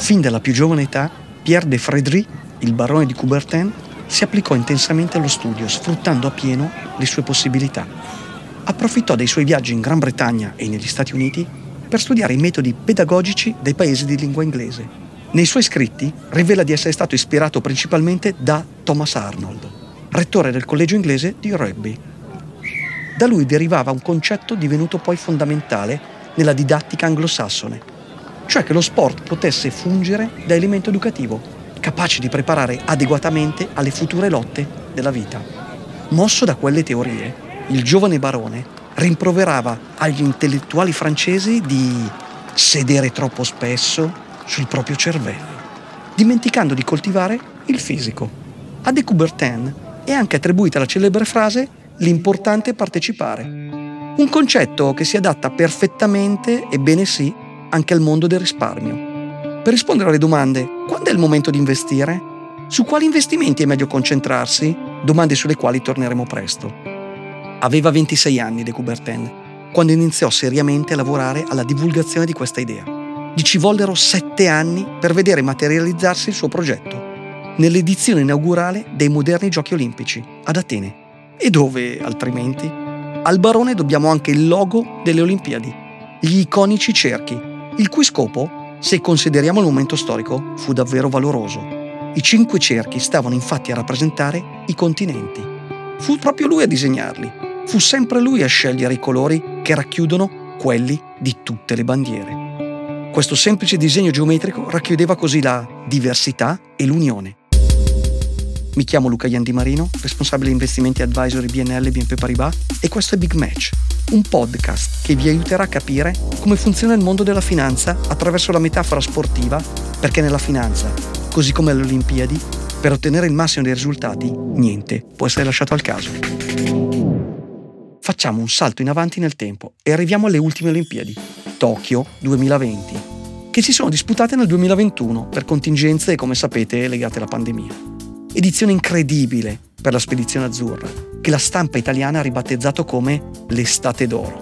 Fin dalla più giovane età, Pierre de Frédéric, il barone di Coubertin, si applicò intensamente allo studio, sfruttando appieno le sue possibilità. Approfittò dei suoi viaggi in Gran Bretagna e negli Stati Uniti per studiare i metodi pedagogici dei paesi di lingua inglese. Nei suoi scritti rivela di essere stato ispirato principalmente da Thomas Arnold, rettore del collegio inglese di Rugby. Da lui derivava un concetto divenuto poi fondamentale nella didattica anglosassone, cioè che lo sport potesse fungere da elemento educativo, capace di preparare adeguatamente alle future lotte della vita. Mosso da quelle teorie, il giovane barone rimproverava agli intellettuali francesi di sedere troppo spesso sul proprio cervello, dimenticando di coltivare il fisico. A de Coubertin è anche attribuita la celebre frase «l'importante è partecipare», un concetto che si adatta perfettamente, ebbene sì, anche al mondo del risparmio. Per rispondere alle domande «quando è il momento di investire?», «su quali investimenti è meglio concentrarsi?», domande sulle quali torneremo presto. Aveva 26 anni de Coubertin quando iniziò seriamente a lavorare alla divulgazione di questa idea. Gli ci vollero 7 anni per vedere materializzarsi il suo progetto, nell'edizione inaugurale dei moderni Giochi Olimpici, ad Atene. E dove, altrimenti? Al barone dobbiamo anche il logo delle Olimpiadi, gli iconici cerchi, il cui scopo, se consideriamo il momento storico, fu davvero valoroso. I 5 cerchi stavano infatti a rappresentare i continenti. Fu proprio lui a disegnarli. Fu sempre lui a scegliere i colori che racchiudono quelli di tutte le bandiere. Questo semplice disegno geometrico racchiudeva così la diversità e l'unione. Mi chiamo Luca Iandimarino, responsabile investimenti advisory BNL BNP Paribas, e questo è Big Match, un podcast che vi aiuterà a capire come funziona il mondo della finanza attraverso la metafora sportiva, perché nella finanza, così come alle Olimpiadi, per ottenere il massimo dei risultati, niente può essere lasciato al caso. Facciamo un salto in avanti nel tempo e arriviamo alle ultime Olimpiadi, Tokyo 2020, che si sono disputate nel 2021 per contingenze, come sapete, legate alla pandemia. Edizione incredibile per la spedizione azzurra, che la stampa italiana ha ribattezzato come l'estate d'oro.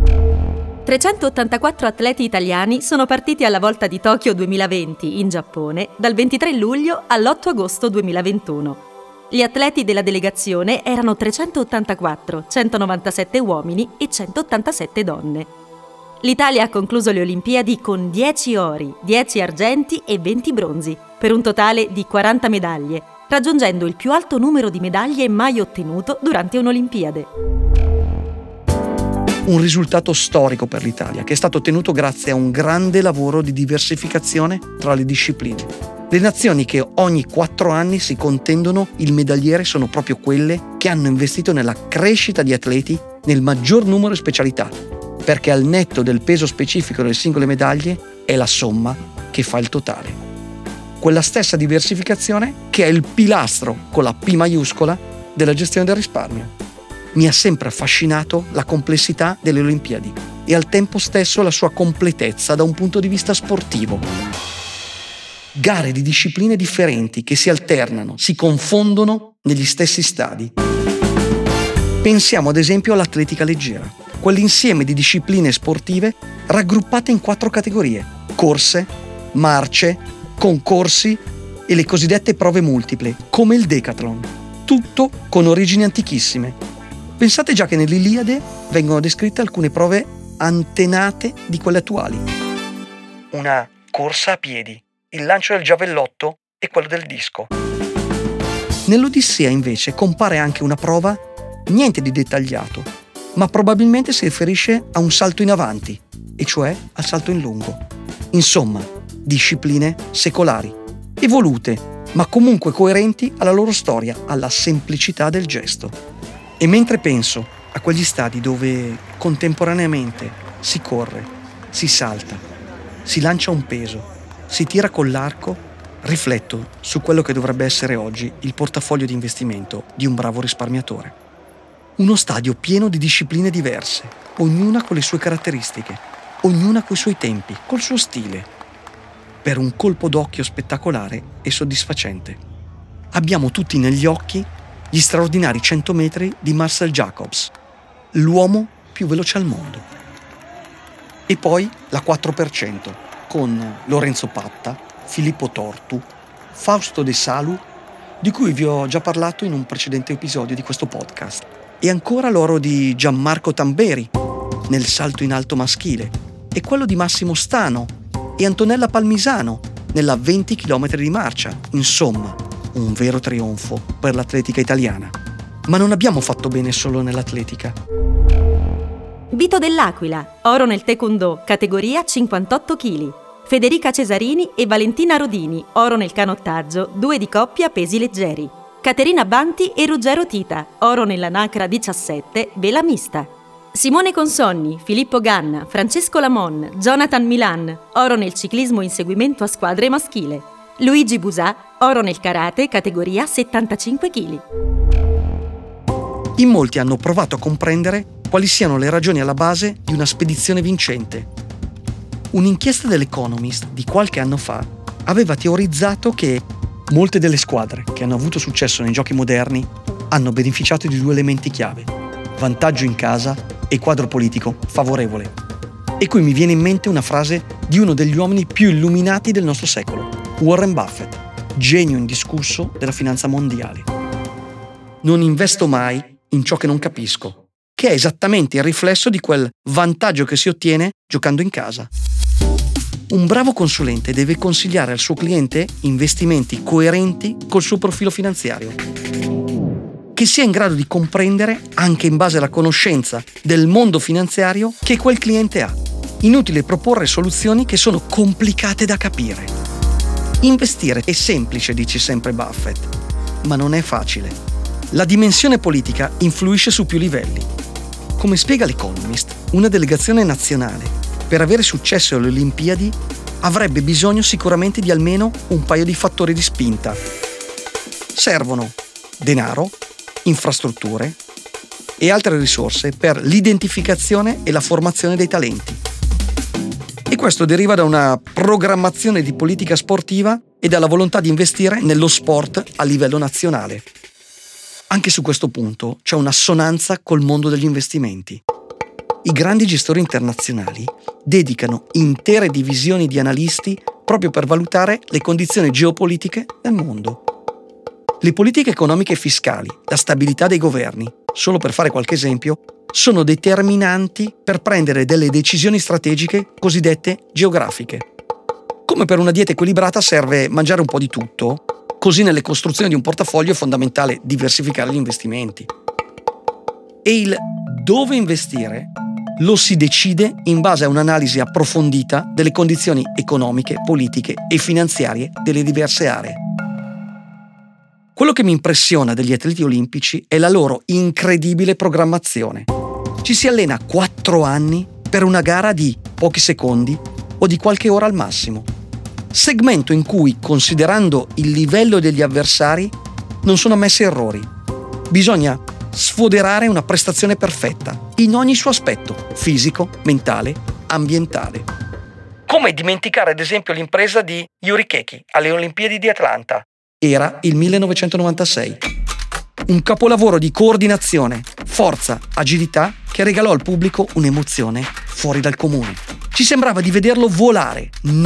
384 atleti italiani sono partiti alla volta di Tokyo 2020 in Giappone dal 23 luglio all'8 agosto 2021. Gli atleti della delegazione erano 384, 197 uomini e 187 donne. L'Italia ha concluso le Olimpiadi con 10 ori, 10 argenti e 20 bronzi, per un totale di 40 medaglie, raggiungendo il più alto numero di medaglie mai ottenuto durante un'Olimpiade. Un risultato storico per l'Italia, che è stato ottenuto grazie a un grande lavoro di diversificazione tra le discipline. Le nazioni che ogni 4 anni si contendono il medagliere sono proprio quelle che hanno investito nella crescita di atleti nel maggior numero di specialità, perché al netto del peso specifico delle singole medaglie è la somma che fa il totale. Quella stessa diversificazione che è il pilastro con la P maiuscola della gestione del risparmio. Mi ha sempre affascinato la complessità delle Olimpiadi e al tempo stesso la sua completezza da un punto di vista sportivo. Gare di discipline differenti che si alternano, si confondono negli stessi stadi. Pensiamo ad esempio all'atletica leggera, quell'insieme di discipline sportive raggruppate in 4 categorie: corse, marce, concorsi e le cosiddette prove multiple, come il decathlon, tutto con origini antichissime. Pensate già che nell'Iliade vengono descritte alcune prove antenate di quelle attuali. Una corsa a piedi, il lancio del giavellotto e quello del disco. Nell'Odissea invece compare anche una prova niente di dettagliato, ma probabilmente si riferisce a un salto in avanti, e cioè al salto in lungo. Insomma, discipline secolari, evolute, ma comunque coerenti alla loro storia, alla semplicità del gesto. E mentre penso a quegli stadi dove contemporaneamente si corre, si salta, si lancia un peso, si tira con l'arco, rifletto su quello che dovrebbe essere oggi il portafoglio di investimento di un bravo risparmiatore. Uno stadio pieno di discipline diverse, ognuna con le sue caratteristiche, ognuna coi suoi tempi, col suo stile, per un colpo d'occhio spettacolare e soddisfacente. Abbiamo tutti negli occhi gli straordinari 100 metri di Marcel Jacobs, l'uomo più veloce al mondo. E poi la 4%, con Lorenzo Patta, Filippo Tortu, Fausto De Salu, di cui vi ho già parlato in un precedente episodio di questo podcast, e ancora l'oro di Gianmarco Tamberi nel salto in alto maschile, e quello di Massimo Stano e Antonella Palmisano nella 20 km di marcia. Insomma, un vero trionfo per l'atletica italiana. Ma non abbiamo fatto bene solo nell'atletica. Vito dell'Aquila, oro nel taekwondo, categoria 58 kg. Federica Cesarini e Valentina Rodini, oro nel canottaggio, 2 di coppia pesi leggeri. Caterina Banti e Ruggero Tita, oro nella nacra 17, vela mista. Simone Consonni, Filippo Ganna, Francesco Lamon, Jonathan Milan, oro nel ciclismo inseguimento a squadre maschile. Luigi Busà, oro nel karate, categoria 75 kg. In molti hanno provato a comprendere quali siano le ragioni alla base di una spedizione vincente. Un'inchiesta dell'Economist di qualche anno fa aveva teorizzato che molte delle squadre che hanno avuto successo nei giochi moderni hanno beneficiato di 2 elementi chiave: vantaggio in casa e quadro politico favorevole. E qui mi viene in mente una frase di uno degli uomini più illuminati del nostro secolo, Warren Buffett, genio indiscusso della finanza mondiale. Non investo mai in ciò che non capisco, che è esattamente il riflesso di quel vantaggio che si ottiene giocando in casa. Un bravo consulente deve consigliare al suo cliente investimenti coerenti col suo profilo finanziario, che sia in grado di comprendere, anche in base alla conoscenza del mondo finanziario che quel cliente ha. Inutile proporre soluzioni che sono complicate da capire. Investire è semplice, dice sempre Buffett, ma non è facile. La dimensione politica influisce su più livelli. Come spiega l'Economist, una delegazione nazionale, per avere successo alle Olimpiadi, avrebbe bisogno sicuramente di almeno un paio di fattori di spinta. Servono denaro, infrastrutture e altre risorse per l'identificazione e la formazione dei talenti. E questo deriva da una programmazione di politica sportiva e dalla volontà di investire nello sport a livello nazionale. Anche su questo punto c'è un'assonanza col mondo degli investimenti. I grandi gestori internazionali dedicano intere divisioni di analisti proprio per valutare le condizioni geopolitiche del mondo. Le politiche economiche e fiscali, la stabilità dei governi, solo per fare qualche esempio, sono determinanti per prendere delle decisioni strategiche cosiddette geografiche. Come per una dieta equilibrata serve mangiare un po' di tutto, così nelle costruzioni di un portafoglio è fondamentale diversificare gli investimenti. E il dove investire lo si decide in base a un'analisi approfondita delle condizioni economiche, politiche e finanziarie delle diverse aree. Quello che mi impressiona degli atleti olimpici è la loro incredibile programmazione. Ci si allena 4 anni per una gara di pochi secondi o di qualche ora al massimo. Segmento in cui, considerando il livello degli avversari, non sono ammessi errori. Bisogna sfoderare una prestazione perfetta in ogni suo aspetto, fisico, mentale, ambientale. Come dimenticare ad esempio l'impresa di Yuri Keki alle Olimpiadi di Atlanta? Era il 1996. Un capolavoro di coordinazione, forza, agilità che regalò al pubblico un'emozione fuori dal comune. Ci sembrava di vederlo volare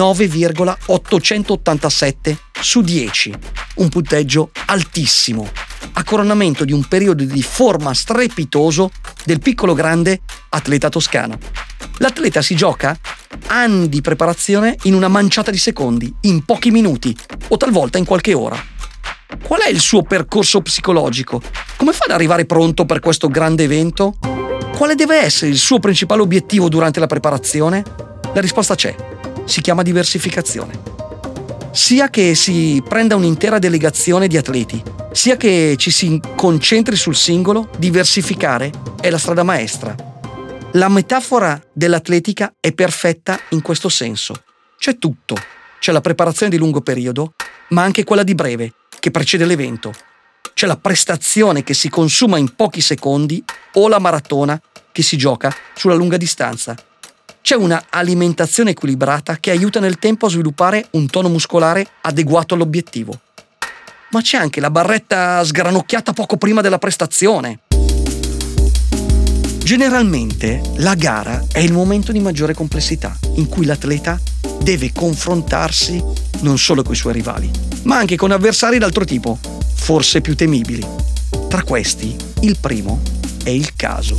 9,887 su 10, un punteggio altissimo, a coronamento di un periodo di forma strepitoso del piccolo grande atleta toscano. L'atleta si gioca anni di preparazione in una manciata di secondi, in pochi minuti o talvolta in qualche ora. Qual è il suo percorso psicologico? Come fa ad arrivare pronto per questo grande evento? Quale deve essere il suo principale obiettivo durante la preparazione? La risposta c'è. Si chiama diversificazione. Sia che si prenda un'intera delegazione di atleti, sia che ci si concentri sul singolo, diversificare è la strada maestra. La metafora dell'atletica è perfetta in questo senso. C'è tutto. C'è la preparazione di lungo periodo, ma anche quella di breve, che precede l'evento. C'è la prestazione che si consuma in pochi secondi o la maratona che si gioca sulla lunga distanza. C'è una alimentazione equilibrata che aiuta nel tempo a sviluppare un tono muscolare adeguato all'obiettivo. Ma c'è anche la barretta sgranocchiata poco prima della prestazione. Generalmente la gara è il momento di maggiore complessità, in cui l'atleta deve confrontarsi non solo con i suoi rivali, ma anche con avversari d'altro tipo, forse più temibili. Tra questi, il primo è il caso.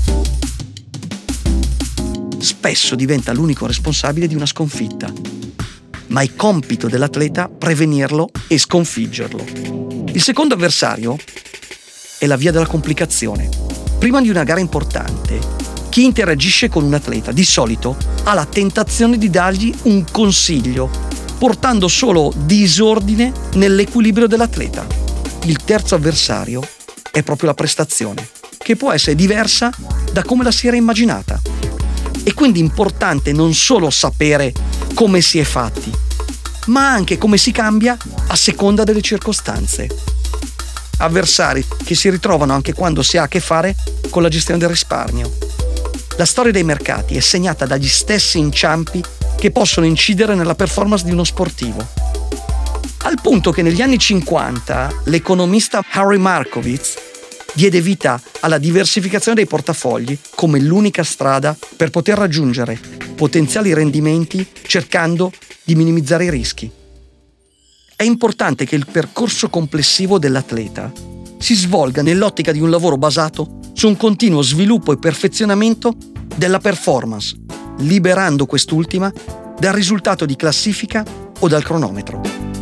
Spesso diventa l'unico responsabile di una sconfitta, ma è compito dell'atleta prevenirlo e sconfiggerlo. Il secondo avversario è la via della complicazione. Prima di una gara importante, chi interagisce con un atleta di solito ha la tentazione di dargli un consiglio, portando solo disordine nell'equilibrio dell'atleta. Il terzo avversario è proprio la prestazione, che può essere diversa da come la si era immaginata. È quindi importante non solo sapere come si è fatti, ma anche come si cambia a seconda delle circostanze. Avversari che si ritrovano anche quando si ha a che fare con la gestione del risparmio. La storia dei mercati è segnata dagli stessi inciampi che possono incidere nella performance di uno sportivo. Al punto che negli anni 50 l'economista Harry Markowitz diede vita alla diversificazione dei portafogli come l'unica strada per poter raggiungere potenziali rendimenti cercando di minimizzare i rischi. È importante che il percorso complessivo dell'atleta si svolga nell'ottica di un lavoro basato su un continuo sviluppo e perfezionamento della performance, liberando quest'ultima dal risultato di classifica o dal cronometro.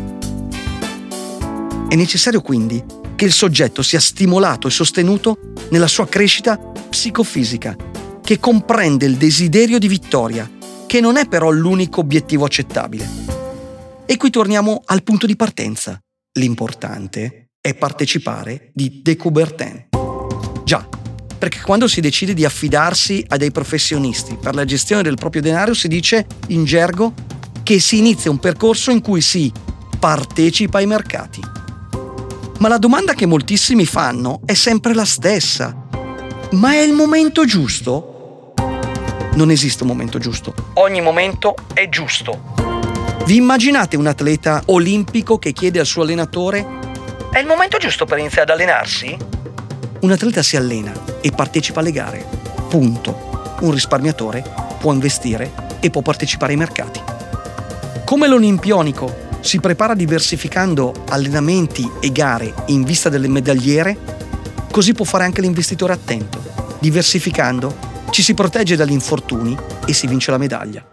È necessario quindi che il soggetto sia stimolato e sostenuto nella sua crescita psicofisica, che comprende il desiderio di vittoria, che non è però l'unico obiettivo accettabile. E qui torniamo al punto di partenza. L'importante è partecipare di De Coubertin. Già, perché quando si decide di affidarsi a dei professionisti per la gestione del proprio denaro si dice, in gergo, che si inizia un percorso in cui si partecipa ai mercati. Ma la domanda che moltissimi fanno è sempre la stessa. Ma è il momento giusto? Non esiste un momento giusto. Ogni momento è giusto. Vi immaginate un atleta olimpico che chiede al suo allenatore: è il momento giusto per iniziare ad allenarsi? Un atleta si allena e partecipa alle gare. Punto. Un risparmiatore può investire e può partecipare ai mercati. Come l'olimpionico si prepara diversificando allenamenti e gare in vista delle medagliere, così può fare anche l'investitore attento. Diversificando ci si protegge dagli infortuni e si vince la medaglia.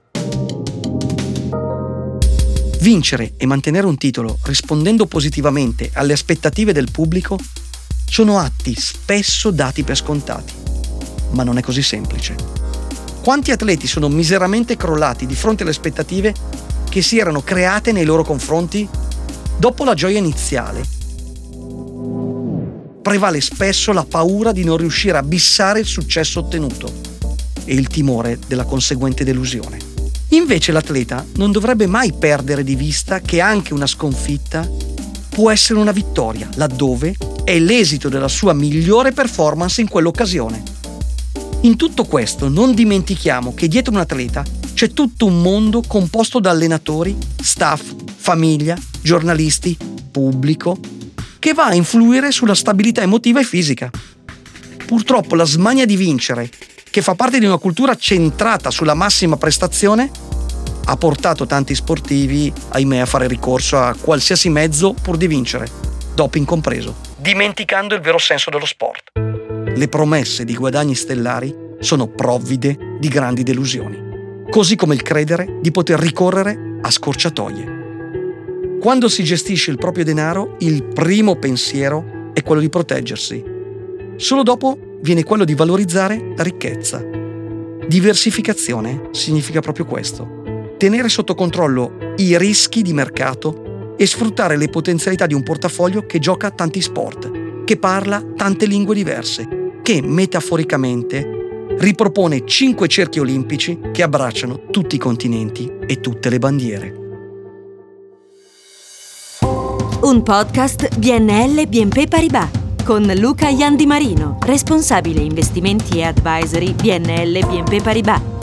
Vincere e mantenere un titolo rispondendo positivamente alle aspettative del pubblico sono atti spesso dati per scontati, ma non è così semplice. Quanti atleti sono miseramente crollati di fronte alle aspettative che si erano create nei loro confronti? Dopo la gioia iniziale, prevale spesso la paura di non riuscire a bissare il successo ottenuto e il timore della conseguente delusione. Invece l'atleta non dovrebbe mai perdere di vista che anche una sconfitta può essere una vittoria, laddove è l'esito della sua migliore performance in quell'occasione. In tutto questo non dimentichiamo che dietro un atleta c'è tutto un mondo composto da allenatori, staff, famiglia, giornalisti, pubblico, che va a influire sulla stabilità emotiva e fisica. Purtroppo la smania di vincere, che fa parte di una cultura centrata sulla massima prestazione, ha portato tanti sportivi, ahimè, a fare ricorso a qualsiasi mezzo pur di vincere, doping compreso, dimenticando il vero senso dello sport. Le promesse di guadagni stellari sono provvide di grandi delusioni, così come il credere di poter ricorrere a scorciatoie. Quando si gestisce il proprio denaro, il primo pensiero è quello di proteggersi. Solo dopo viene quello di valorizzare la ricchezza. Diversificazione significa proprio questo: tenere sotto controllo i rischi di mercato e sfruttare le potenzialità di un portafoglio che gioca tanti sport, che parla tante lingue diverse, che metaforicamente ripropone 5 cerchi olimpici che abbracciano tutti i continenti e tutte le bandiere. Un podcast BNL BNP Paribas con Luca Iandi Marino, responsabile investimenti e advisory BNL BNP Paribas.